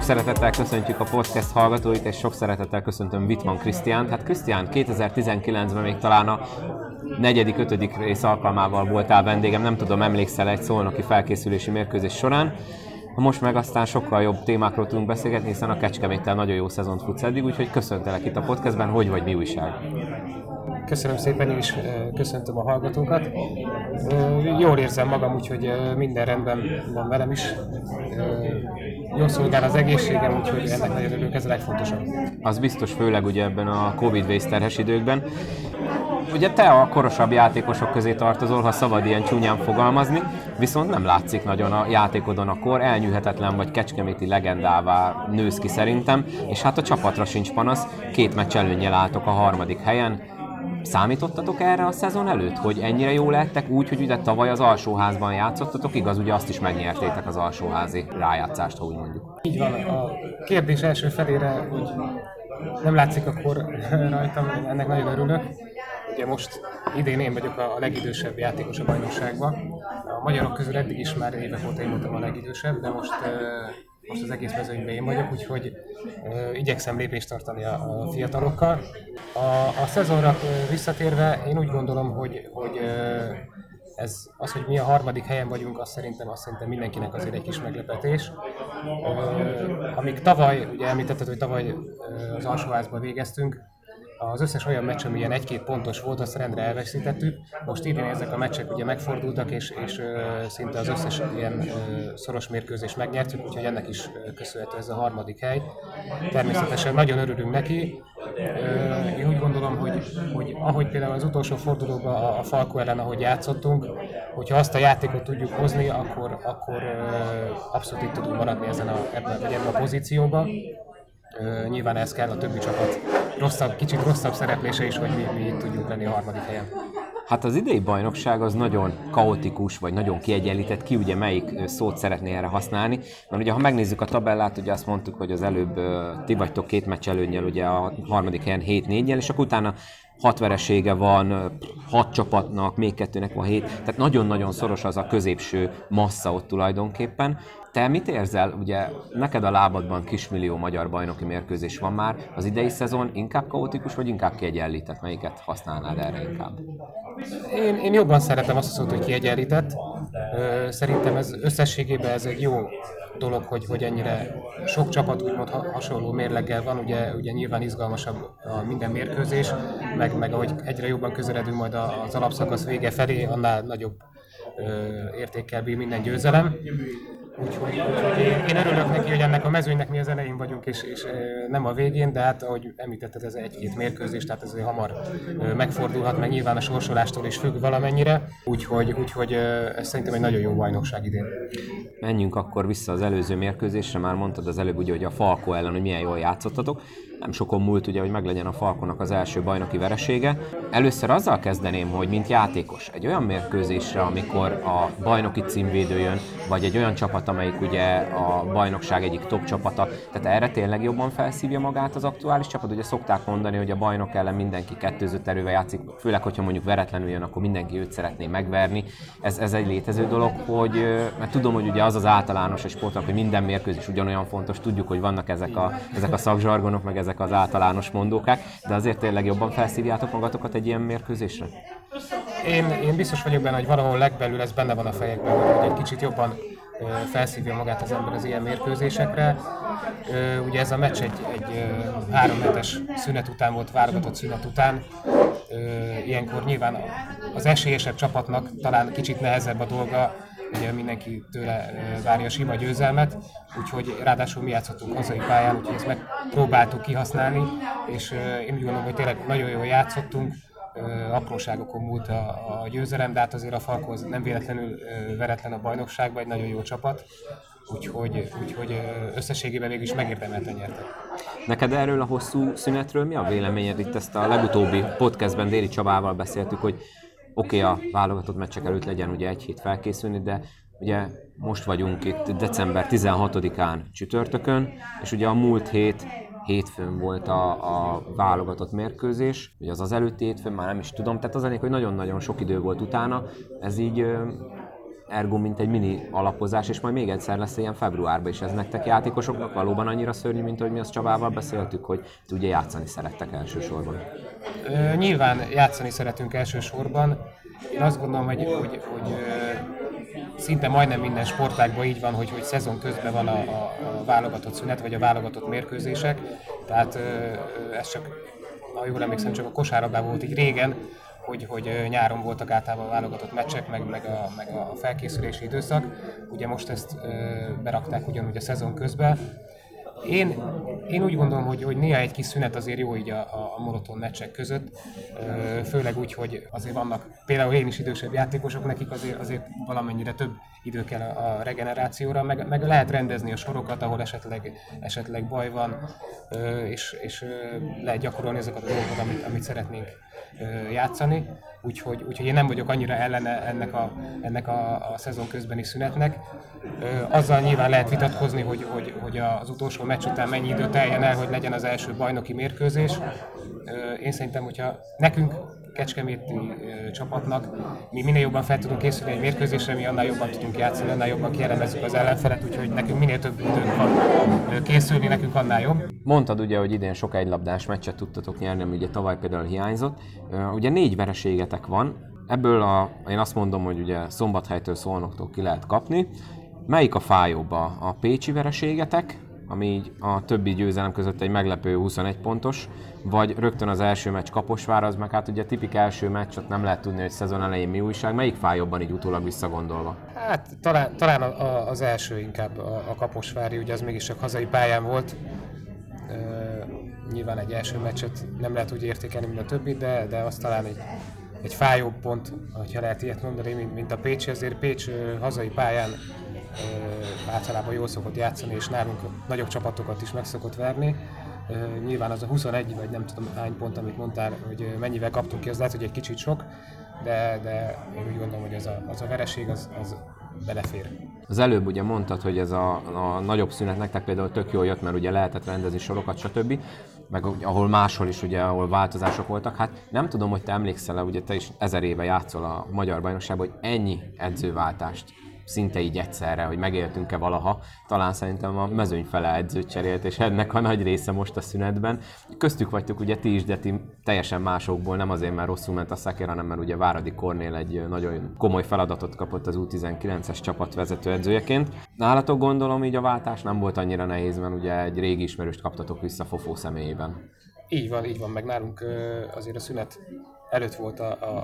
szeretettel köszöntjük a podcast hallgatóit, és sok szeretettel köszöntöm Wittmann Krisztiánt. Hát Krisztián, 2019-ben még talán a 4.-5. rész alkalmával voltál vendégem, nem tudom, emlékszel egy szolnoki felkészülési mérkőzés során. Most meg aztán sokkal jobb témákról tudunk beszélgetni, hiszen a Kecskeméttel nagyon jó szezont futsz eddig, úgyhogy köszöntelek itt a podcastben, hogy vagy, mi újság? Köszönöm szépen, én is köszöntöm a hallgatókat. Jól érzem magam, úgyhogy minden rendben van velem is. Jól szolgál az egészségem, úgyhogy ennek nagyon örülök, ez a legfontosabb. Az biztos, főleg ugye ebben a Covid vészterhes időkben. Ugye te a korosabb játékosok közé tartozol, ha szabad ilyen csúnyán fogalmazni, viszont nem látszik nagyon a játékodon a kor, elnyűhetetlen vagy kecskeméti legendává nősz ki szerintem, és hát a csapatra sincs panasz, 2 meccs előnnyel álltok a 3. helyen. Számítottatok erre a szezon előtt, hogy ennyire jól lettek úgy, hogy ugye tavaly az alsóházban játszottatok, igaz, ugye azt is megnyertétek az alsóházi rájátszást, ha úgy mondjuk. Így van, a kérdés első felére, hogy nem látszik a kor rajtam, ennek nagyon örülök. Ugye most idén én vagyok a legidősebb játékos a bajnokságban. A magyarok közül eddig is már évek óta én voltam a legidősebb, de most az egész mezőnyben én vagyok, úgyhogy igyekszem lépést tartani a fiatalokkal. A szezonra visszatérve én úgy gondolom, hogy hogy mi a 3. helyen vagyunk, azt szerintem mindenkinek azért egy kis meglepetés. Amíg tavaly, ugye említetted, hogy tavaly az alsóházban végeztünk, az összes olyan meccs, ami ilyen 1-2 pontos volt, azt rendre elveszítettük. Most idén ezek a meccsek ugye megfordultak, és szinte az összes ilyen szoros mérkőzést megnyertük, úgyhogy ennek is köszönhető ez a 3. hely. Természetesen nagyon örülünk neki. Én úgy gondolom, hogy ahogy például az utolsó fordulóban a Falko ellen, ahogy játszottunk, hogyha azt a játékot tudjuk hozni, akkor abszolút itt tudunk maradni ebben a pozícióban. Nyilván ez kell a többi csapat kicsit rosszabb szereplése is, hogy mi itt tudjunk lenni a 3. helyen. Hát az idei bajnokság az nagyon kaotikus, vagy nagyon kiegyenlített, ki ugye melyik szót szeretné erre használni, mert ugye ha megnézzük a tabellát, ugye azt mondtuk, hogy az előbb ti vagytok 2 meccs előnnyel ugye a 3. helyen 7-4-jel, és akkor utána 6 veresége van, 6 csapatnak, még 2-nek van 7, tehát nagyon-nagyon szoros az a középső massza ott tulajdonképpen. Te mit érzel? Ugye neked a lábadban kismillió magyar bajnoki mérkőzés van már, az idei szezon inkább kaotikus, vagy inkább kiegyenlített? Melyiket használnád erre inkább? Én jobban szeretem azt a szót, hogy kiegyenlített. Szerintem ez összességében ez egy jó dolog, hogy ennyire sok csapat úgymond hasonló mérleggel van, ugye nyilván izgalmasabb a minden mérkőzés, meg ahogy egyre jobban közeledünk majd az alapszakasz vége felé, annál nagyobb értékkel bír minden győzelem. Úgyhogy én örülök neki, hogy ennek a mezőnynek mi az elején vagyunk, és nem a végén, de hát ahogy említetted, ez 1-2 mérkőzés, tehát ez hamar megfordulhat, meg nyilván a sorsolástól is függ valamennyire, úgyhogy ez szerintem egy nagyon jó bajnokság idén. Menjünk akkor vissza az előző mérkőzésre, már mondtad az előbb ugye, hogy a Falko ellen, hogy milyen jól játszottatok. Nem sokon múlt ugye, hogy meglegyen a Falkonak az első bajnoki veresége. Először azzal kezdeném, hogy mint játékos egy olyan mérkőzésre, amikor a bajnoki címvédő jön, vagy egy olyan csapat, amelyik ugye a bajnokság egyik top csapata, tehát erre tényleg jobban felszívja magát az aktuális csapat. Ugye szokták mondani, hogy a bajnok ellen mindenki kettőzött erővel játszik, főleg, hogyha mondjuk veretlenül jön, akkor mindenki őt szeretné megverni. Ez egy létező dolog, mert tudom, hogy ugye az általános a sportnak, hogy minden mérkőzés ugyanolyan fontos, tudjuk, hogy vannak ezek a szakzsargonok, meg ezek az általános mondókák, de azért tényleg jobban felszívjátok magatokat egy ilyen mérkőzésre? Én biztos vagyok benne, hogy valahol legbelül ez benne van a fejekben, hogy egy kicsit jobban felszívja magát az ember az ilyen mérkőzésekre. Ugye ez a meccs egy 3 hetes szünet után volt, válogatott szünet után. Ilyenkor nyilván az esélyesebb csapatnak talán kicsit nehezebb a dolga, ugye mindenki tőle várja a sima győzelmet, úgyhogy ráadásul mi játszottunk hazai pályán, úgyhogy ezt megpróbáltuk kihasználni, és én úgy gondolom, hogy tényleg nagyon jól játszottunk, apróságokon múlt a győzelem, de hát azért a Falko nem véletlenül veretlen a bajnokságban, egy nagyon jó csapat, úgyhogy összességében mégis megérdemelten nyertek. Neked erről a hosszú szünetről mi a véleményed? Itt ezt a legutóbbi podcastben Déri Csabával beszéltük, hogy oké, a válogatott meccsek előtt legyen ugye 1 hét felkészülni, de ugye most vagyunk itt december 16-án csütörtökön, és ugye a múlt hétfőn volt a válogatott mérkőzés, ugye az előtti hétfőn, már nem is tudom, tehát az elég, hogy nagyon-nagyon sok idő volt utána, ez így ergo mint egy mini alapozás, és majd még egyszer lesz ilyen februárban is. Ez nektek játékosoknak valóban annyira szörnyű, mint hogy mi azt Csabával beszéltük, hogy ti ugye játszani szerettek elsősorban. Nyilván játszani szeretünk elsősorban. Én azt gondolom, hogy szinte majdnem minden sportágban így van, hogy szezon közben van a válogatott szünet, vagy a válogatott mérkőzések. Tehát ez csak, ha jól emlékszem, csak a kosárlabdában volt így régen, hogy nyáron voltak általában válogatott meccsek, meg a felkészülési időszak. Ugye most ezt berakták ugyanúgy a szezon közben. Én úgy gondolom, hogy néha egy kis szünet azért jó így a monoton meccsek között, főleg úgy, hogy azért vannak, például én is idősebb játékosok, nekik azért valamennyire több idő kell a regenerációra, meg lehet rendezni a sorokat, ahol esetleg baj van, és lehet gyakorolni ezeket a dolgokat, amit szeretnénk játszani. Úgyhogy én nem vagyok annyira ellene ennek a szezon közbeni szünetnek. Azzal nyilván lehet vitatkozni, hogy az utolsó meccs után mennyi idő teljen el, hogy legyen az első bajnoki mérkőzés. Én szerintem, hogyha nekünk, kecskeméti csapatnak, mi minél jobban fel tudunk készülni egy mérkőzésre, mi annál jobban tudunk játszani, annál jobban kielemezzük az ellenfelet, úgyhogy nekünk minél több időnk van készülni, nekünk annál jobb. Mondtad ugye, hogy idén sok egylabdás meccset tudtatok nyerni, ami ugye tavaly például hiányzott. Ugye 4 vereségetek van, ebből én azt mondom, hogy ugye Szombathelytől, Szolnoktól ki lehet kapni. Melyik a fájóbb, a pécsi vereségetek, ami így a többi győzelem között egy meglepő 21 pontos, vagy rögtön az első meccs Kaposvár, az meg hát ugye tipik első meccs, ott nem lehet tudni, hogy szezon elején mi újság. Melyik fáj jobban így utólag visszagondolva? Hát talán az első inkább a Kaposvári, ugye az mégiscsak hazai pályán volt. Nyilván egy első meccset nem lehet úgy értékelni, mint a többi, de az talán egy fájóbb pont, ha lehet ilyet mondani, mint a Pécsi. Azért Pécs hazai pályán általában jól szokott játszani, és nálunk nagyobb csapatokat is meg szokott verni. Nyilván az a 21, vagy nem tudom hány pont, amit mondtál, hogy mennyivel kaptunk ki, az lehet, hogy egy kicsit sok, de én úgy gondolom, hogy az a vereség az belefér. Az előbb ugye mondtad, hogy ez a nagyobb szünet nektek például tök jól jött, mert ugye lehetett rendezni sorokat, stb. Meg ahol máshol is, ugye, ahol változások voltak. Hát nem tudom, hogy te emlékszel-e, ugye te is 1000 éve játszol a Magyar Bajnokságban, hogy ennyi edzőváltást szinte így egyszerre, hogy megéltünk-e valaha. Talán szerintem a mezőny fele edzőt cserélt, és ennek a nagy része most a szünetben. Köztük vagytok ugye ti is, de ti teljesen másokból, nem azért, mert rosszul ment a szekér, hanem mert ugye Váradi Kornél egy nagyon komoly feladatot kapott az U19-es csapat vezetőedzőjeként. Nálatok gondolom így a váltás nem volt annyira nehéz, mert ugye egy régi ismerőst kaptatok vissza Fofó személyében. Így van, meg nálunk azért a szünet előtt volt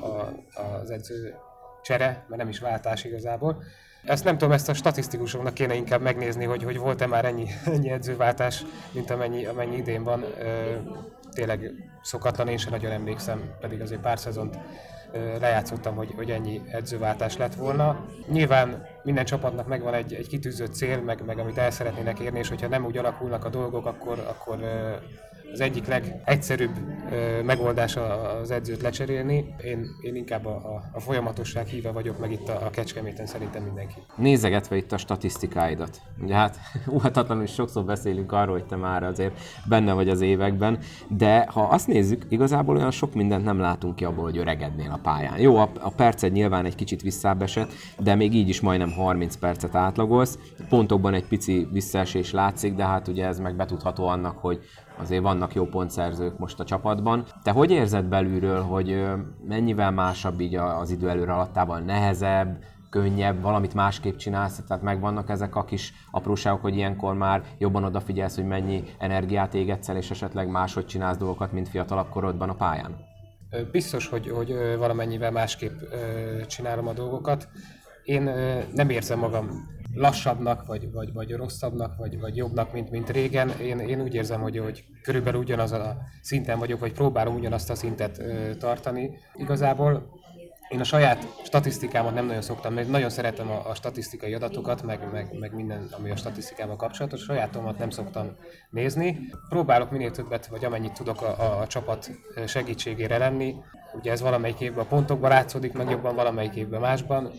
az edző csere, mert nem is váltás igazából. Ezt nem tudom, ezt a statisztikusoknak kéne inkább megnézni, hogy volt-e már ennyi edzőváltás, mint amennyi idén van. Tényleg szokatlan, én sem nagyon emlékszem, pedig azért pár szezont lejátszottam, hogy ennyi edzőváltás lett volna. Nyilván minden csapatnak megvan egy kitűzött cél, meg amit el szeretnének érni, és hogyha nem úgy alakulnak a dolgok, akkor az egyik legegyszerűbb megoldás az edzőt lecserélni. Én inkább a folyamatosság híve vagyok, meg itt a Kecskeméten szerintem mindenki. Nézegetve itt a statisztikáidat. Ugye hát óhatatlanul is sokszor beszélünk arról, hogy te már azért benne vagy az években, de ha azt nézzük, igazából olyan sok mindent nem látunk ki abból, hogy öregednél a pályán. Jó, a perced nyilván egy kicsit visszább esett, de még így is majdnem 30 percet átlagolsz. Pontokban egy pici visszaesés látszik, de hát ugye ez meg betudható annak, hogy azért vannak jó pontszerzők most a csapatban. Te hogy érzed belülről, hogy mennyivel másabb így az idő előre alattával, nehezebb, könnyebb, valamit másképp csinálsz, tehát megvannak ezek a kis apróságok, hogy ilyenkor már jobban odafigyelsz, hogy mennyi energiát égetsz el, és esetleg máshogy csinálsz dolgokat, mint fiatalabb korodban a pályán? Biztos, hogy valamennyivel másképp csinálom a dolgokat. Én nem érzem magam lassabbnak, vagy rosszabbnak, vagy jobbnak, mint régen. Én úgy érzem, hogy körülbelül ugyanaz a szinten vagyok, vagy próbálom ugyanazt a szintet tartani. Igazából én a saját statisztikámat nem nagyon szoktam, mert nagyon szeretem a statisztikai adatokat, meg minden, ami a statisztikával kapcsolatos. Sajátomat nem szoktam nézni. Próbálok minél többet, vagy amennyit tudok a csapat segítségére lenni. Ugye ez valamelyik évben a pontokban látszódik, meg jobban valamelyik évben másban.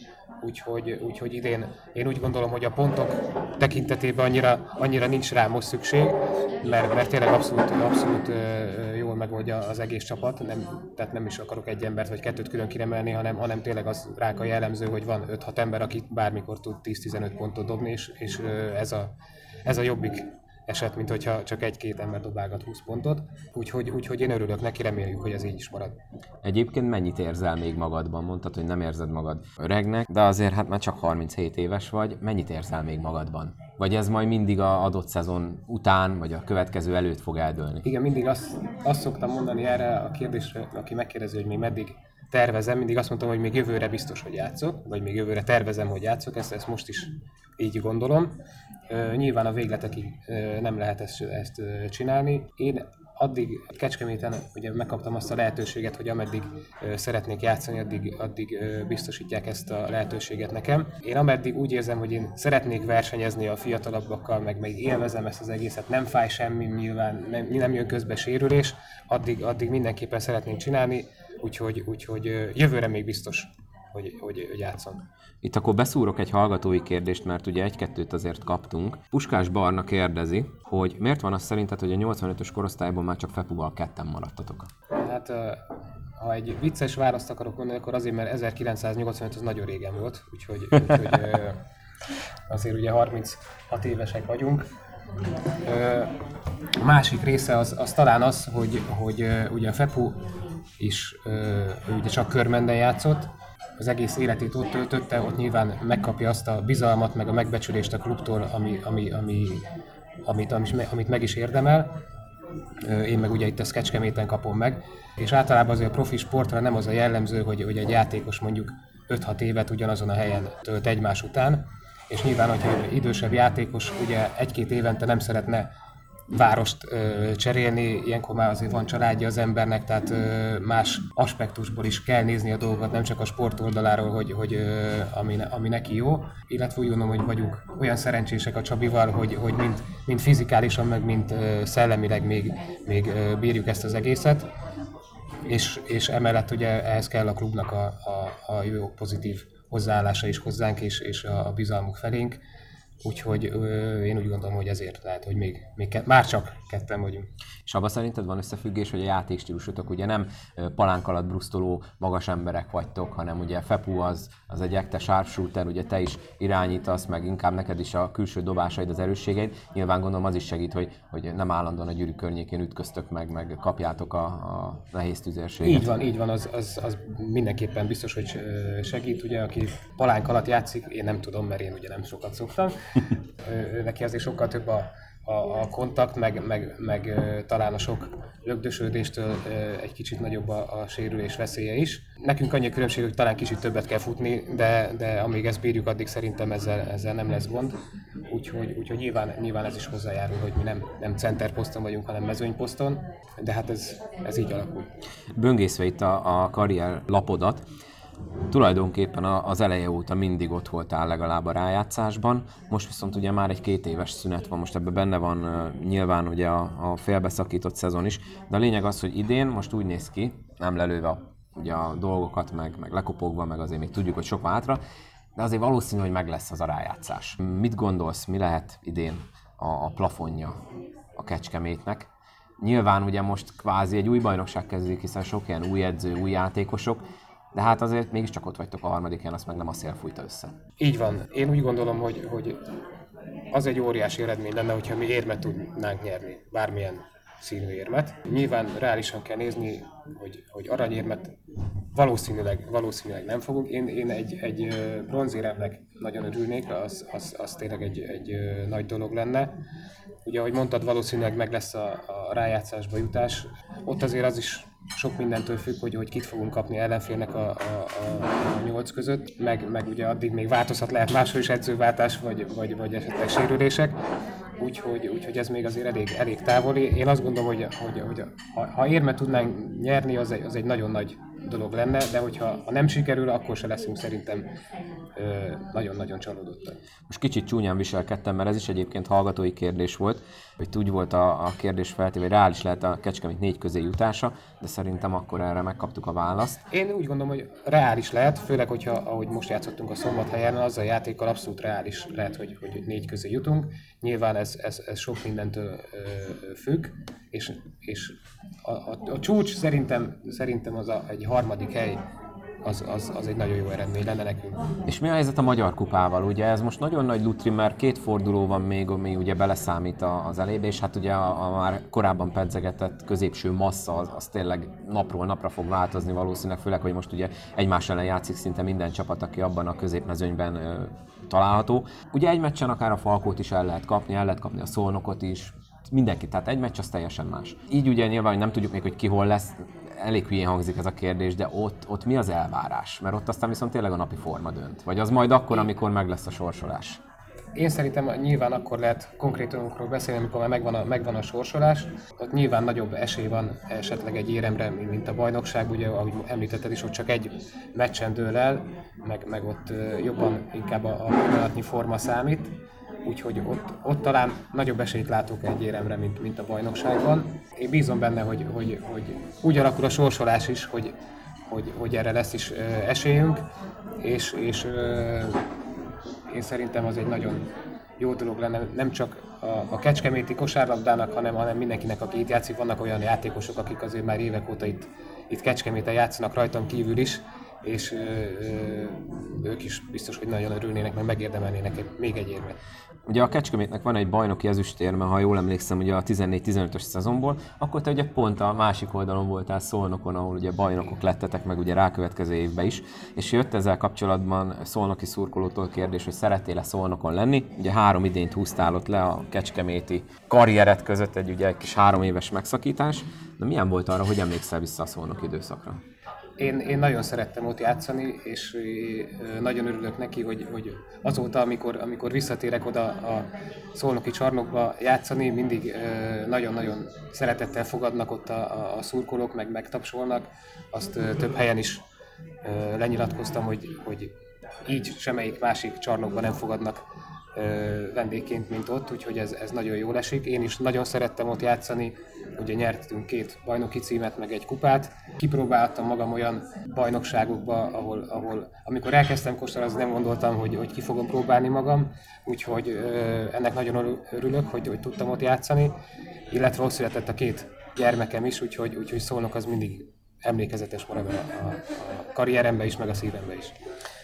úgyhogy idén én úgy gondolom, hogy a pontok tekintetében annyira nincs rá most szükség, mert tényleg abszolút jól megoldja az egész csapat, tehát nem is akarok egy embert vagy kettőt külön kiemelni, hanem tényleg az rák a jellemző, hogy van 5-6 ember, aki bármikor tud 10-15 pontot dobni, és ez a jobbik eset, mint hogyha csak egy-két ember dobálgat 20 pontot. Úgyhogy én örülök neki, reméljük, hogy ez így is marad. Egyébként mennyit érzel még magadban? Mondtad, hogy nem érzed magad öregnek, de azért hát már csak 37 éves vagy. Mennyit érzel még magadban? Vagy ez majd mindig az adott szezon után, vagy a következő előtt fog eldőlni? Igen, mindig azt szoktam mondani erre a kérdésre, aki megkérdezi, hogy még meddig tervezem, mindig azt mondtam, hogy még jövőre biztos, hogy játszok, vagy még jövőre tervezem, hogy játszok, ezt most is így gondolom. Nyilván a végletekig nem lehet ezt csinálni. Én addig Kecskeméten ugye megkaptam azt a lehetőséget, hogy ameddig szeretnék játszani, addig biztosítják ezt a lehetőséget nekem. Én ameddig úgy érzem, hogy én szeretnék versenyezni a fiatalabbakkal, meg élvezem ezt az egészet, nem fáj semmi, nyilván nem jön közbe sérülés, addig mindenképpen szeretnénk csinálni, úgyhogy jövőre még biztos, hogy játszom. Itt akkor beszúrok egy hallgatói kérdést, mert ugye egy-kettőt azért kaptunk. Puskás Barna kérdezi, hogy miért van az szerinted, hogy a 85-ös korosztályban már csak Fepuval ketten maradtatok? Hát, ha egy vicces választ akarok mondani, akkor azért, mert 1985 az nagyon régen volt, úgyhogy azért ugye 36 évesek vagyunk. A másik része az talán az, hogy ugye a Fepu is ugye csak körmenden játszott, az egész életét ott töltötte, ott nyilván megkapja azt a bizalmat, meg a megbecsülést a klubtól, amit meg is érdemel. Én meg ugye itt a Kecskeméten kapom meg. És általában azért a profi sportra nem az a jellemző, hogy egy játékos mondjuk 5-6 évet ugyanazon a helyen tölt egymás után. És nyilván, hogyha egy idősebb játékos ugye 1-2 évente nem szeretne várost cserélni, ilyenkor már azért van családja az embernek, tehát más aspektusból is kell nézni a dolgokat, nem csak a sport oldaláról, hogy ami neki jó. Illetve úgy gondolom, hogy vagyunk olyan szerencsések a Csabival, hogy mind fizikálisan, meg mind szellemileg még bírjuk ezt az egészet. És emellett ugye ehhez kell a klubnak a jó pozitív hozzáállása is hozzánk, és a bizalmuk felénk. Úgyhogy én úgy gondolom, hogy ezért lehet, hogy már csak ketten vagyunk. És abban szerinted van összefüggés, hogy a játékstílusotok ugye nem palánk alatt brusztoló magas emberek vagytok, hanem ugye Fepu az egy ekte sharpshooter, ugye te is irányítasz, meg inkább neked is a külső dobásaid, az erősségeid. Nyilván gondolom az is segít, hogy nem állandóan a Gyűrű környékén ütköztök meg kapjátok a nehéz tüzérséget. Így van, az mindenképpen biztos, hogy segít. Ugye, aki palánk alatt játszik, én nem tudom, mert én ugye nem sokat szoktam. Neki azért sokkal több a kontakt, meg talán a sok lögdösödéstől egy kicsit nagyobb a sérülés veszélye is. Nekünk annyi különbség, hogy talán kicsit többet kell futni, de amíg ezt bírjuk, addig szerintem ezzel nem lesz gond. Úgyhogy nyilván ez is hozzájárul, hogy mi nem centerposzton vagyunk, hanem mezőnyposzton, de hát ez így alakul. Böngészve itt a karrier lapodat, tulajdonképpen az eleje óta mindig ott voltál legalább a rájátszásban, most viszont ugye már egy 2 éves szünet van, most ebben benne van nyilván ugye a félbeszakított szezon is, de a lényeg az, hogy idén most úgy néz ki, nem lelőve ugye a dolgokat, meg lekopogva, meg azért még tudjuk, hogy sok van hátra, de azért valószínű, hogy meg lesz az a rájátszás. Mit gondolsz, mi lehet idén a plafonja a Kecskemétnek? Nyilván ugye most kvázi egy új bajnokság kezdődik, hiszen sok ilyen új edző, új játékosok, de hát azért mégiscsak ott vagytok a 3. helyen, azt meg nem a szél fújta össze. Így van. Én úgy gondolom, hogy az egy óriási eredmény lenne, hogyha mi érmet tudnánk nyerni, bármilyen színű érmet. Nyilván reálisan kell nézni, hogy aranyérmet valószínűleg nem fogunk. Én egy bronzéremnek nagyon örülnék, az tényleg egy nagy dolog lenne. Ugye, ahogy mondtad, valószínűleg meg lesz a rájátszásba jutás. Ott azért az is sok mindentől függ, hogy kit fogunk kapni ellenfélnek a 8 között, meg ugye addig még változhat, lehet máshol is edzőváltás, vagy esetleg sérülések, úgyhogy ez még azért elég távoli. Én azt gondolom, hogy ha érmet tudnánk nyerni, az egy nagyon nagy dolog lenne, de hogyha nem sikerül, akkor se leszünk szerintem nagyon-nagyon csalódottak. Most kicsit csúnyán viselkedtem, mert ez is egyébként hallgatói kérdés volt, hogy úgy volt a kérdés feltéve, hogy reális lehet a Kecskemét 4 közé jutása, de szerintem akkor erre megkaptuk a választ. Én úgy gondolom, hogy reális lehet, főleg, hogyha ahogy most játszottunk a Szombathelyen, az a játékkal abszolút reális lehet, hogy 4 közé jutunk. Nyilván ez sok mindentől függ, és a csúcs szerintem az egy harmadik hely, az egy nagyon jó eredmény lenne nekünk. És mi a helyzet a Magyar Kupával? Ugye ez most nagyon nagy lutri, mert 2 forduló van még, ami ugye beleszámít az elébe, és hát ugye a már korábban pedzegetett középső massza az tényleg napról napra fog változni valószínűleg, főleg, hogy most ugye egymás ellen játszik szinte minden csapat, aki abban a középmezőnyben található. Ugye egy meccsen akár a Falkót is el lehet kapni a Szolnokot is, mindenki, tehát egy meccs az teljesen más. Így ugye nyilván, hogy nem tudjuk még, hogy ki hol lesz, elég hülyén hangzik ez a kérdés, de ott mi az elvárás? Mert ott aztán viszont tényleg a napi forma dönt. Vagy az majd akkor, amikor meg lesz a sorsolás? Én szerintem nyilván akkor lehet konkrétumokról beszélni, amikor már megvan a sorsolás. Ott nyilván nagyobb esély van esetleg egy éremre, mint a bajnokság, ugye, ahogy említetted is, ott csak egy meccsen dől el, meg ott jobban inkább a pillanatnyi forma számít. Úgyhogy ott talán nagyobb esélyt látok egy éremre, mint a bajnokságban. Én bízom benne, hogy úgy alakul a sorsolás is, hogy erre lesz is esélyünk, és én szerintem az egy nagyon jó dolog lenne, nem csak a kecskeméti kosárlabdának, hanem mindenkinek, aki itt játszik. Vannak olyan játékosok, akik azért már évek óta itt Kecskeméten játszanak rajtam kívül is, és ők is biztos, hogy nagyon örülnének, meg megérdemelnének még egy érmet. Ugye a Kecskemétnek van egy bajnoki ezüstérme, ha jól emlékszem, ugye a 14-15-ös szezonból, akkor te ugye pont a másik oldalon voltál Szolnokon, ahol ugye bajnokok lettetek meg ugye rákövetkező évben is, és jött ezzel kapcsolatban szolnoki szurkolótól kérdés, hogy szerettél-e Szolnokon lenni. Ugye 3 idényt húztál ott le a kecskeméti karriered között, egy kis 3 éves megszakítás, de milyen volt arra, hogy emlékszel vissza a szolnoki időszakra? Én nagyon szerettem ott játszani, és nagyon örülök neki, hogy azóta, amikor visszatérek oda a szolnoki csarnokba játszani, mindig nagyon-nagyon szeretettel fogadnak ott a szurkolók, meg megtapsolnak. Azt több helyen is lenyilatkoztam, hogy így semmelyik másik csarnokban nem fogadnak vendégként, mint ott, úgyhogy ez nagyon jól esik. Én is nagyon szerettem ott játszani, ugye nyertünk 2 bajnoki címet, meg egy kupát. Kipróbáltam magam olyan bajnokságokba, ahol amikor elkezdtem kosarazni, nem gondoltam, hogy ki fogom próbálni magam, úgyhogy ennek nagyon örülök, hogy tudtam ott játszani, illetve ott született a 2 gyermekem is, úgyhogy Szolnok az mindig emlékezetes marad a karrierembe is, meg a szívembe is.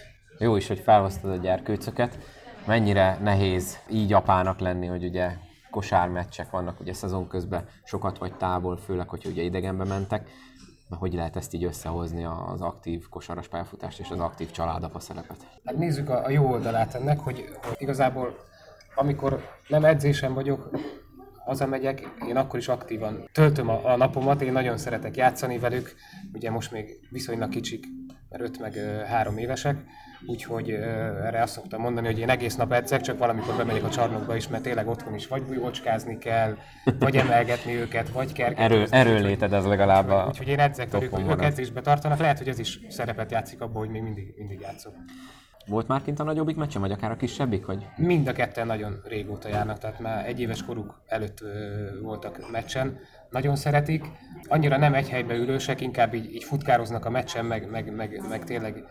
Jó is, hogy felhoztad a gyerkőcöket. Mennyire nehéz így apának lenni, hogy ugye kosármeccsek vannak, ugye szezon közben sokat vagy távol, főleg, hogy ugye idegenbe mentek. Hogy lehet ezt így összehozni az aktív kosaras pályafutást és az aktív családapa szerepet? Hát nézzük a jó oldalát ennek, hogy igazából amikor nem edzésen vagyok, hazamegyek, én akkor is aktívan töltöm a napomat, én nagyon szeretek játszani velük, ugye most még viszonylag kicsik, mert 5 meg 3 évesek, úgyhogy erre azt szoktam mondani, hogy én egész nap edzek, csak valamikor bemegyek a csarnokba is, mert tényleg otthon is vagy bújhocskázni kell, vagy emelgetni őket, vagy kergetni. Erőléted ez legalább. Úgyhogy én edzek velük, hogy ők edzésbe tartanak, lehet, hogy ez is szerepet játszik abban, hogy még mindig játszok. Volt már kint a nagyobbik meccsen, vagy akár a kisebbik? Vagy? Mind a ketten nagyon régóta járnak, tehát már 1 éves koruk előtt voltak meccsen. Nagyon szeretik. Annyira nem egy helybe ülősek, inkább így futkároznak a meccsen, meg tényleg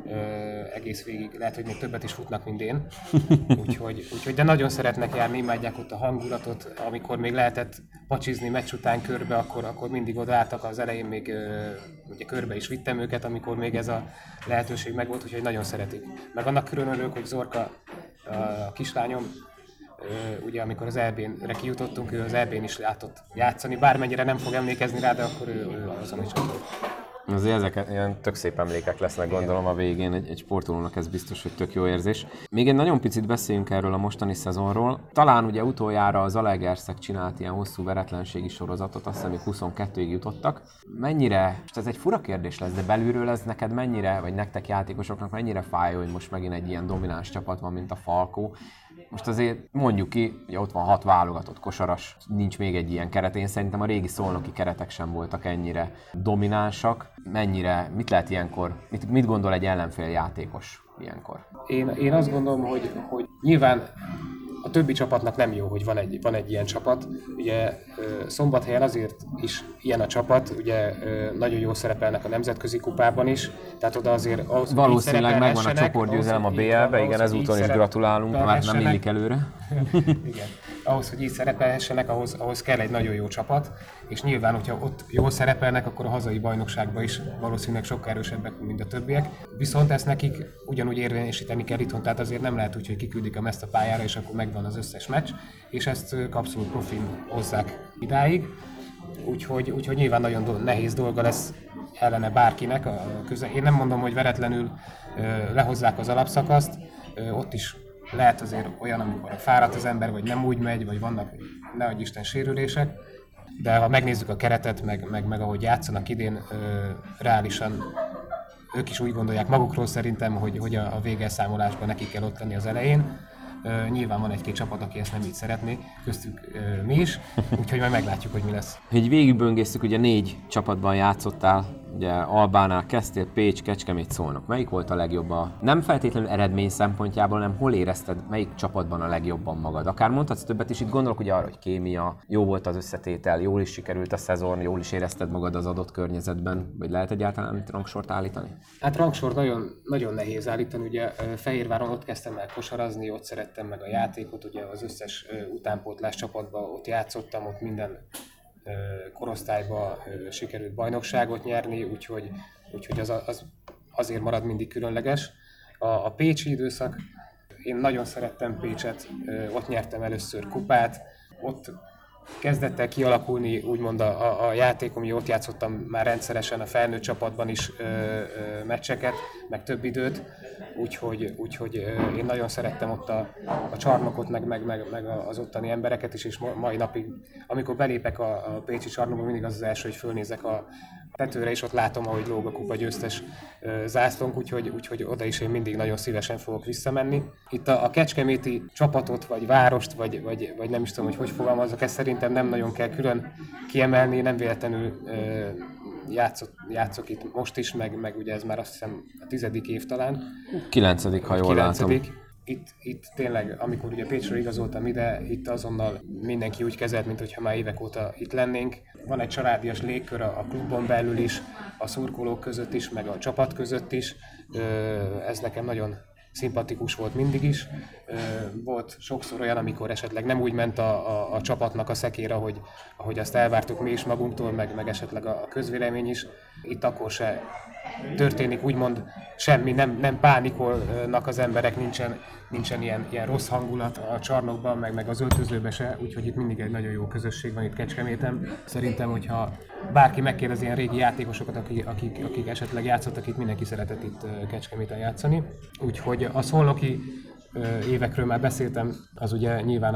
egész végig. Lehet, hogy még többet is futnak, mint én. Úgyhogy de nagyon szeretnek járni, imádják ott a hangulatot. Amikor még lehetett pacsizni meccs után körbe, akkor mindig odaálltak. Az elején még ugye körbe is vittem őket, amikor még ez a lehetőség megvolt, úgyhogy nagyon szeretik. Meg annak külön örülök, hogy Zorka, a kislányom, ugye amikor az EB-re kijutottunk, ő az EB-n is látott játszani, bármennyire nem fog emlékezni rá, de akkor ő azon is csatolt. Azért ezek ilyen tök szép emlékek lesznek, gondolom a végén, egy sportolónak ez biztos, hogy tök jó érzés. Még egy nagyon picit beszéljünk erről a mostani szezonról. Talán ugye utoljára az Zalaegerszeg csinált ilyen hosszú veretlenségi sorozatot, azt hiszem, hogy 22-ig jutottak. Mennyire, és ez egy fura kérdés lesz, de belülről ez neked mennyire, vagy nektek játékosoknak mennyire fáj, hogy most megint egy ilyen domináns csapat van, mint a Falkó? most azért mondjuk ki, hogy ott van 6 válogatott kosaras, nincs még egy ilyen keret. Én szerintem a régi szolnoki keretek sem voltak ennyire dominánsak. Mit lehet ilyenkor, mit gondol egy ellenfél játékos ilyenkor? Én azt gondolom, hogy nyilván a többi csapatnak nem jó, hogy van egy ilyen csapat. Ugye Szombathelyen azért is ilyen a csapat, ugye nagyon jól szerepelnek a nemzetközi kupában is, tehát oda azért valószínűleg megvan a csoportgyőzelem a BL-be, igen, ezúton is gratulálunk, már nem illik előre. Igen. Ahhoz, hogy így szerepelhessenek, ahhoz kell egy nagyon jó csapat, és nyilván, hogyha ott jól szerepelnek, akkor a hazai bajnokságban is valószínűleg sokkal erősebbek, mint a többiek. Viszont ezt nekik ugyanúgy érvényesíteni kell itthon, tehát azért nem lehet úgy, hogy kiküldik a Meszt a pályára, és akkor megvan az összes meccs, és ezt abszolút profin hozzák idáig. Úgyhogy nyilván nagyon nehéz dolga lesz ellene bárkinek. Én nem mondom, hogy veretlenül lehozzák az alapszakaszt, ott is lehet azért olyan, amikor fáradt az ember, vagy nem úgy megy, vagy vannak, nehogy Isten, sérülések, de ha megnézzük a keretet, meg ahogy játszanak idén, reálisan ők is úgy gondolják magukról szerintem, hogy a végelszámolásban nekik kell ott lenni az elején. Nyilván van egy-két csapat, aki ezt nem így szeretné, köztük mi is, úgyhogy majd meglátjuk, hogy mi lesz. Így végigböngésztük, ugye 4 csapatban játszottál, ugye Albánál kezdtél, Pécs, Kecskemét, Szolnok. Melyik volt a legjobb nem feltétlenül eredmény szempontjából, hanem hol érezted, melyik csapatban a legjobban magad? Akár mondhatsz többet is, itt gondolok ugye arra, hogy kémia, jó volt az összetétel, jól is sikerült a szezon, jól is érezted magad az adott környezetben, vagy lehet egyáltalán rangsort állítani? Hát rangsort nagyon, nagyon nehéz állítani, ugye Fehérváron ott kezdtem el kosarazni, ott szerettem meg a játékot, ugye az összes utánpótlás csapatban ott játszottam, ott minden korosztályba sikerült bajnokságot nyerni, úgyhogy az azért marad mindig különleges. A pécsi időszak, én nagyon szerettem Pécset, ott nyertem először kupát, ott kezdett el kialakulni úgymond a játékom, ott játszottam már rendszeresen a felnőtt csapatban is meccseket, meg több időt, úgyhogy én nagyon szerettem ott a csarnokot, meg az ottani embereket is, és mai napig, amikor belépek a pécsi csarnokba, mindig az első, hogy fölnézek a tetőre, és ott látom, ahogy lóg a kupa győztes zászlónk, úgyhogy oda is én mindig nagyon szívesen fogok visszamenni. Itt a kecskeméti csapatot, vagy várost, vagy nem is tudom, hogy fogalmazok, ezt szerintem nem nagyon kell külön kiemelni, nem véletlenül játszok itt most is, meg ugye ez már azt hiszem a 10. év talán. 9., ha jól látom. Itt tényleg, amikor ugye Pécsről igazoltam ide, itt azonnal mindenki úgy kezelt, mintha már évek óta itt lennénk. Van egy családias légkör a klubon belül is, a szurkolók között is, meg a csapat között is. Ez nekem nagyon szimpatikus volt mindig is. Volt sokszor olyan, amikor esetleg nem úgy ment a csapatnak a szekér, ahogy azt elvártuk mi is magunktól, meg esetleg a közvélemény is. Itt akkor se történik úgymond semmi, nem pánikolnak az emberek, nincsen ilyen rossz hangulat a csarnokban, meg az öltözőben se, úgyhogy itt mindig egy nagyon jó közösség van itt Kecskeméten. Szerintem, hogyha bárki megkérdezi ilyen régi játékosokat, akik esetleg játszottak itt, mindenki szeretett itt Kecskeméten játszani. Úgyhogy a szolnoki évekről már beszéltem, az ugye nyilván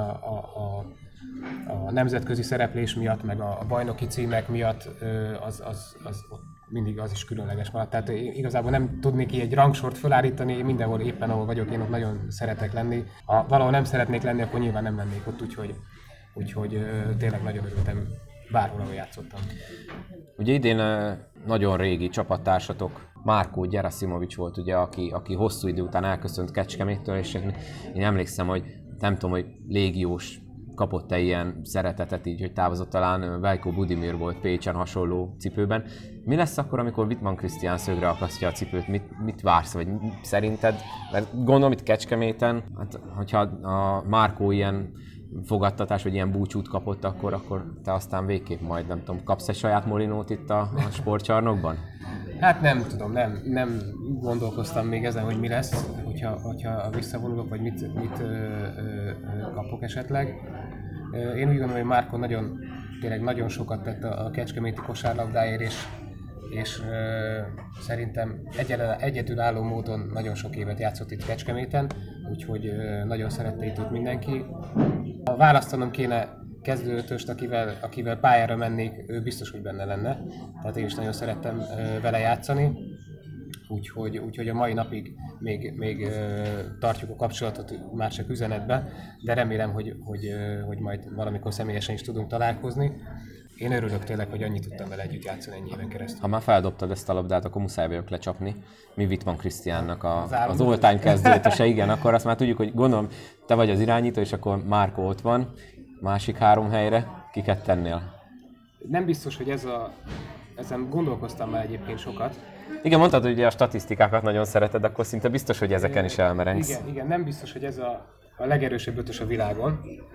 a nemzetközi szereplés miatt, meg a bajnoki címek miatt az mindig az is különleges maradt. Tehát igazából nem tudnék egy rangsort felállítani, mindenhol éppen ahol vagyok, én ott nagyon szeretek lenni. Ha valahol nem szeretnék lenni, akkor nyilván nem lennék ott, úgyhogy tényleg nagyon örültem bárhol, ahol játszottam. Ugye idén nagyon régi csapattársatok, Márkó Gyerasimovics volt ugye, aki hosszú idő után elköszönt Kecskeméttől, és én emlékszem, hogy nem tudom, hogy légiós kapott-e ilyen szeretetet így, hogy távozott, talán Veljko Budimir volt Pécsen hasonló cipőben. Mi lesz akkor, amikor Wittmann Krisztián szögre akasztja a cipőt? Mit vársz, vagy szerinted? Mert gondolom itt Kecskeméten, hát, hogyha a Márkó ilyen fogadtatás, vagy ilyen búcsút kapott, akkor te aztán végképp majd, nem tudom, kapsz egy saját molinót itt a sportcsarnokban? Hát nem tudom, nem gondolkoztam még ezen, hogy mi lesz, hogyha visszavonulok, vagy mit kapok esetleg. Én úgy gondolom, hogy Márkó tényleg nagyon sokat tett a kecskeméti kosárlabdáért, és szerintem egyedülálló módon nagyon sok évet játszott itt Kecskeméten, úgyhogy nagyon szerette itt mindenki. Ha választanom kéne kezdőötöst, akivel pályára mennék, ő biztos, hogy benne lenne. Tehát én is nagyon szerettem vele játszani. úgyhogy a mai napig még tartjuk a kapcsolatot, már csak üzenetbe, de remélem, hogy majd valamikor személyesen is tudunk találkozni. Én örülök tényleg, hogy annyit tudtam vele együtt játszani ennyi éven keresztül. Ha már feldobtad ezt a labdát, akkor muszáj vagyok lecsapni. Mi Wittmann Krisztiánnak az all-time kezdőötöse, igen, akkor azt már tudjuk, hogy gondolom, te vagy az irányító, és akkor Márko ott van, másik 3 helyre, kiket tennél? Nem biztos, hogy ezen gondolkoztam már egyébként sokat. Igen, mondtad, hogy ugye a statisztikákat nagyon szereted, akkor szinte biztos, hogy ezeken is elmerengsz. Igen, nem biztos, hogy ez a legerősebb ötös a világon,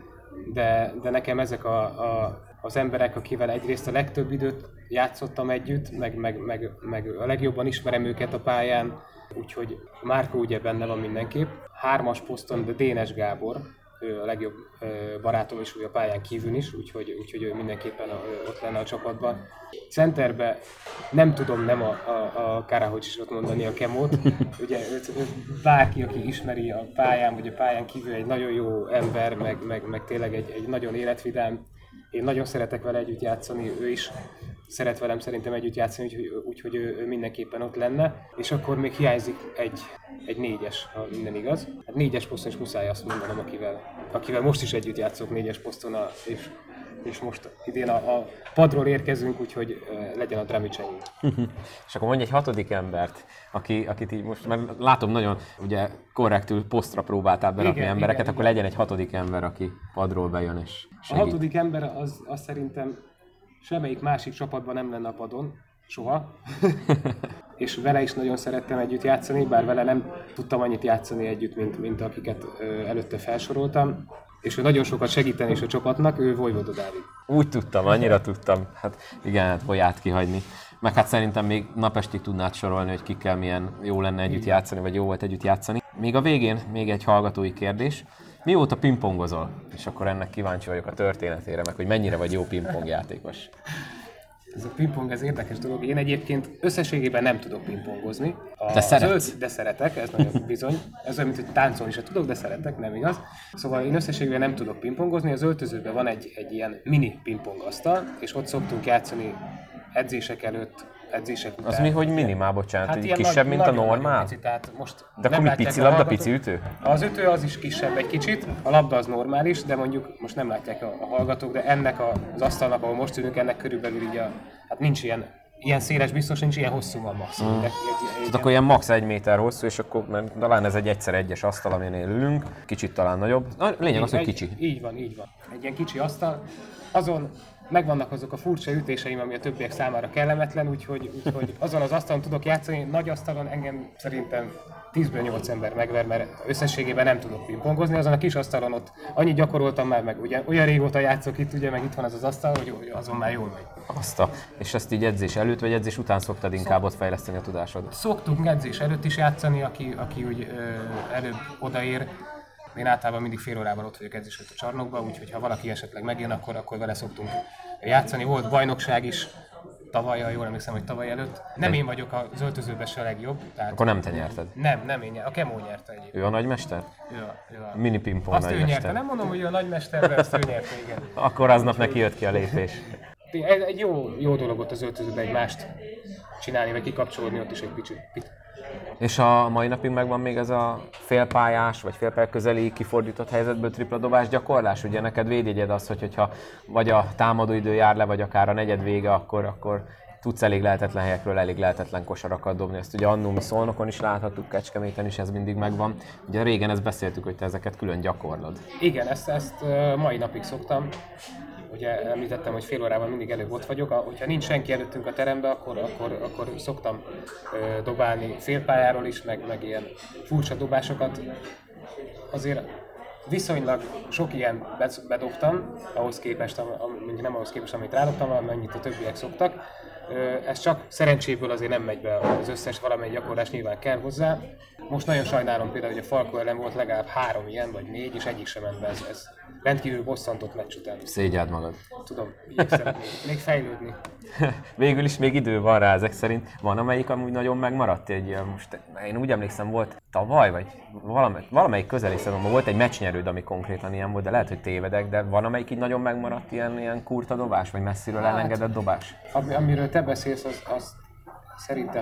de nekem ezek az emberek, akivel egyrészt a legtöbb időt játszottam együtt, meg a legjobban ismerem őket a pályán, úgyhogy Márko ugye benne van mindenképp. 3-as poszton, de Dénes Gábor, ő a legjobb barátom is a pályán kívül is, úgyhogy ő mindenképpen ott lenne a csapatban. Centerbe nem tudom nem a Karahocsisot mondani, a Kemót. Ugye bárki, aki ismeri a pályán, vagy a pályán kívül egy nagyon jó ember, meg tényleg egy nagyon életvidám. Én nagyon szeretek vele együtt játszani, ő is szeret velem szerintem együtt játszani, úgyhogy ő mindenképpen ott lenne. És akkor még hiányzik egy 4-es, ha minden igaz. Hát 4-es poszton is muszáj azt mondanom, akivel most is együtt játszok 4-es poszton, és most idén a padról érkezünk, úgyhogy legyen a Dramicsenyi. És akkor mondj egy 6. embert, akit így most, mert látom nagyon ugye korrektül posztra próbáltál berakni embereket, igen, akkor legyen egy 6. ember, aki padról bejön és segít. A 6. ember az szerintem semmelyik másik csapatban nem lenne a padon, soha. És vele is nagyon szerettem együtt játszani, bár vele nem tudtam annyit játszani együtt, mint akiket előtte felsoroltam. És ő nagyon sokat segíteni is a csapatnak, ő Vojvoda Dávid. Úgy tudtam, annyira tudtam. Hát igen, hát Voját kihagyni. Meg hát szerintem még napestig tudnád sorolni, hogy kikkel milyen jó lenne együtt játszani, vagy jó volt együtt játszani. Még a végén még egy hallgatói kérdés. Mióta pingpongozol? És akkor ennek kíváncsi vagyok a történetére, meg hogy mennyire vagy jó pingpongjátékos. Ez a pingpong, ez érdekes dolog. Én egyébként összességében nem tudok pingpongozni. De szeretsz? De szeretek, ez nagyon bizony. Ez olyan, mint hogy táncolni sem tudok, de szeretek, nem igaz. Szóval én összességében nem tudok pingpongozni. Az öltözőben van egy ilyen mini pingpongasztal, és ott szoktunk játszani edzések előtt, edzések után. Az mi, hogy minimál, bocsánat, hát kisebb, mint a normál? Pici, tehát most de akkor mi pici labda, pici ütő? Az ütő az is kisebb egy kicsit, a labda az normális, de mondjuk most nem látják a hallgatók, de ennek az asztalnak, ahol most ülünk, ennek körülbelül így hát nincs ilyen széles, biztos nincs, ilyen hosszú van maximum. Tehát akkor ilyen max. 1 méter hosszú, és akkor talán ez egy 1x1-es asztal, aminél ülünk, kicsit talán nagyobb. Lényeg az, hogy kicsi. Így van. Egy ilyen kicsi asztal, azon megvannak azok a furcsa ütéseim, ami a többiek számára kellemetlen, úgyhogy azon az asztalon tudok játszani, nagy asztalon engem szerintem 10-ből 8 ember megver, mert összességében nem tudok pingpongozni, azon a kis asztalon ott annyit gyakoroltam már, meg ugye olyan régóta játszok itt, ugye, meg itt van az asztal, hogy azon már jól megy. És ezt így edzés előtt, vagy edzés után szoktad inkább ott fejleszteni a tudásodat? Szoktunk edzés előtt is játszani, aki úgy előbb odaér. Én általában mindig fél órával ott vagyok edzés előtt a csarnokban, úgyhogy ha valaki esetleg megjön, akkor vele szoktunk játszani. Volt bajnokság is tavaly, jól emlékszem, hogy tavaly előtt. Nem én vagyok az öltözőben se a legjobb. Tehát akkor nem te nyerted? Nem én nyertem. A Kemó nyerte egyébként. Ő a nagymester? Ő a mini pingpong azt nagymester. Ő nyerte. Nem mondom, hogy ő a nagymester, de azt ő nyerte, igen. Akkor aznap neki jött ki a lépés. Egy jó dolog ott az öltözőben egymást csinálni, vagy kikapcsolódni ott is egy picit. És a mai napig megvan még ez a félpályás, vagy félpálya közeli kifordított helyzetből tripla dobás gyakorlás? Ugye neked védjegyed az, hogyha vagy a támadóidő jár le, vagy akár a negyed vége, akkor tudsz elég lehetetlen helyekről elég lehetetlen kosarakat dobni. Ezt ugye annó mi Szolnokon is láthattuk, Kecskeméten is ez mindig megvan. Ugye régen ezt beszéltük, hogy te ezeket külön gyakorlod. Igen, ezt mai napig szoktam. Ugye említettem, hogy fél órában mindig előbb ott vagyok. Hogyha nincs senki előttünk a teremben, akkor szoktam dobálni félpályáról is, meg ilyen furcsa dobásokat. Azért viszonylag sok ilyen bedobtam, ahhoz képest, nem ahhoz képest, amit rádobtam, amennyit a többiek szoktak. Ez csak szerencséből azért nem megy be az összes, valamely gyakorlás nyilván kell hozzá. Most nagyon sajnálom például, hogy a Falko ellen volt legalább 3 ilyen, vagy 4, és egyik sem ment be. Ez rendkívül bosszantott meccs után. Szégyeld magad. Tudom, igyekszem még fejlődni. Végül is még idő van rá ezek szerint. Van amelyik amúgy nagyon megmaradt? Most én úgy emlékszem, volt tavaly, vagy valamelyik közeli szezonban volt egy meccsnyerőd, ami konkrétan ilyen volt, de lehet, hogy tévedek, de van amelyik így nagyon megmaradt ilyen kurta dobás, vagy messziről elengedett dobás? Amiről te beszélsz, az szerintem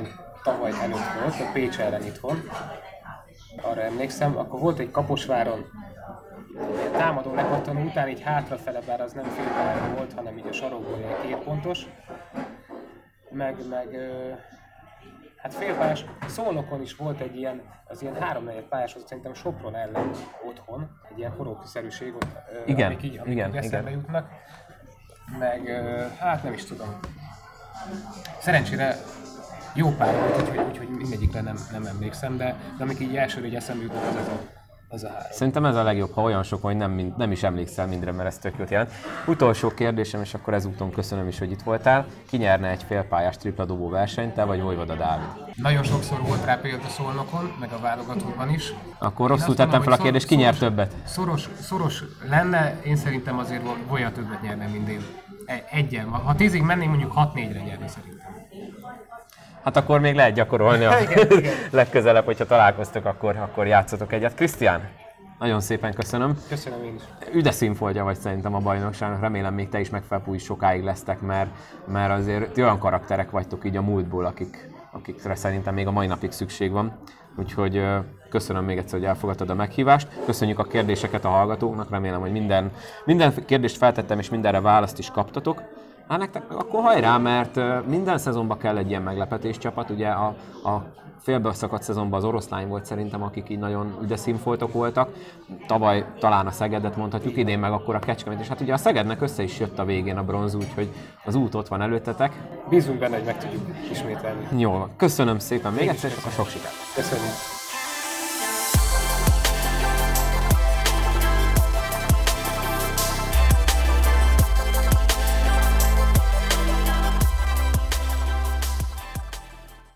tavaly előtt volt, a Pécs ellen itthon, arra emlékszem, akkor volt egy Kaposváron támadó lepattanó után így hátrafele, bár az nem félpálya volt, hanem így a sarokból ilyen 2 pontos, meg hát félpályás, Szolnokon is volt egy ilyen, az ilyen 3-4 pályás, szerintem Sopron ellen otthon, egy ilyen horókiszerűség, amik így eszembe jutnak, meg hát nem is tudom. Szerencsére jó pár volt, úgyhogy mindegyikre nem emlékszem, de amik így elsőre így eszembe jutnak, az a 3. Szerintem ez a legjobb, ha olyan sok, hogy nem is emlékszel mindre, mert ez tök jót jelent. Utolsó kérdésem, és akkor ezúton köszönöm is, hogy itt voltál. Ki nyerne egy félpályás tripladobó versenyt, te vagy Vojvoda Dávid? Nagyon sokszor volt rá példa Szolnokon, meg a válogatottban is. Akkor rosszul tettem fel a kérdést, ki nyer többet? Szoros lenne, én szerintem azért Volja többet nyerne, mint én. Egyen. Ha 10-ig mennénk, mondjuk 6-4-re nyerni szerintem. Hát akkor még lehet gyakorolni igen. legközelebb, hogyha találkoztok, akkor játszotok egyet. Krisztián, nagyon szépen köszönöm. Köszönöm én is. Üdes színfoltja vagy szerintem a bajnokságnak, remélem még te is megfelelő sokáig lesztek, mert azért olyan karakterek vagytok így a múltból, akikre szerintem még a mai napig szükség van. Úgyhogy köszönöm még egyszer, hogy elfogadtad a meghívást. Köszönjük a kérdéseket a hallgatóknak, remélem, hogy minden kérdést feltettem és mindenre választ is kaptatok. Hát nektek akkor hajrá, mert minden szezonban kell egy ilyen meglepetés csapat. Ugye a félbeszakadt szezonban az Oroszlány volt szerintem, akik így nagyon üde színfoltok voltak. Tavaly talán a Szegedet mondhatjuk, idén meg akkor a Kecskemét. És hát ugye a Szegednek össze is jött a végén a bronz, úgyhogy az út ott van előttetek. Bízunk benne, hogy meg tudjuk ismételni. Jó, köszönöm szépen még egyszer, és akkor sok sikert! Köszönjük!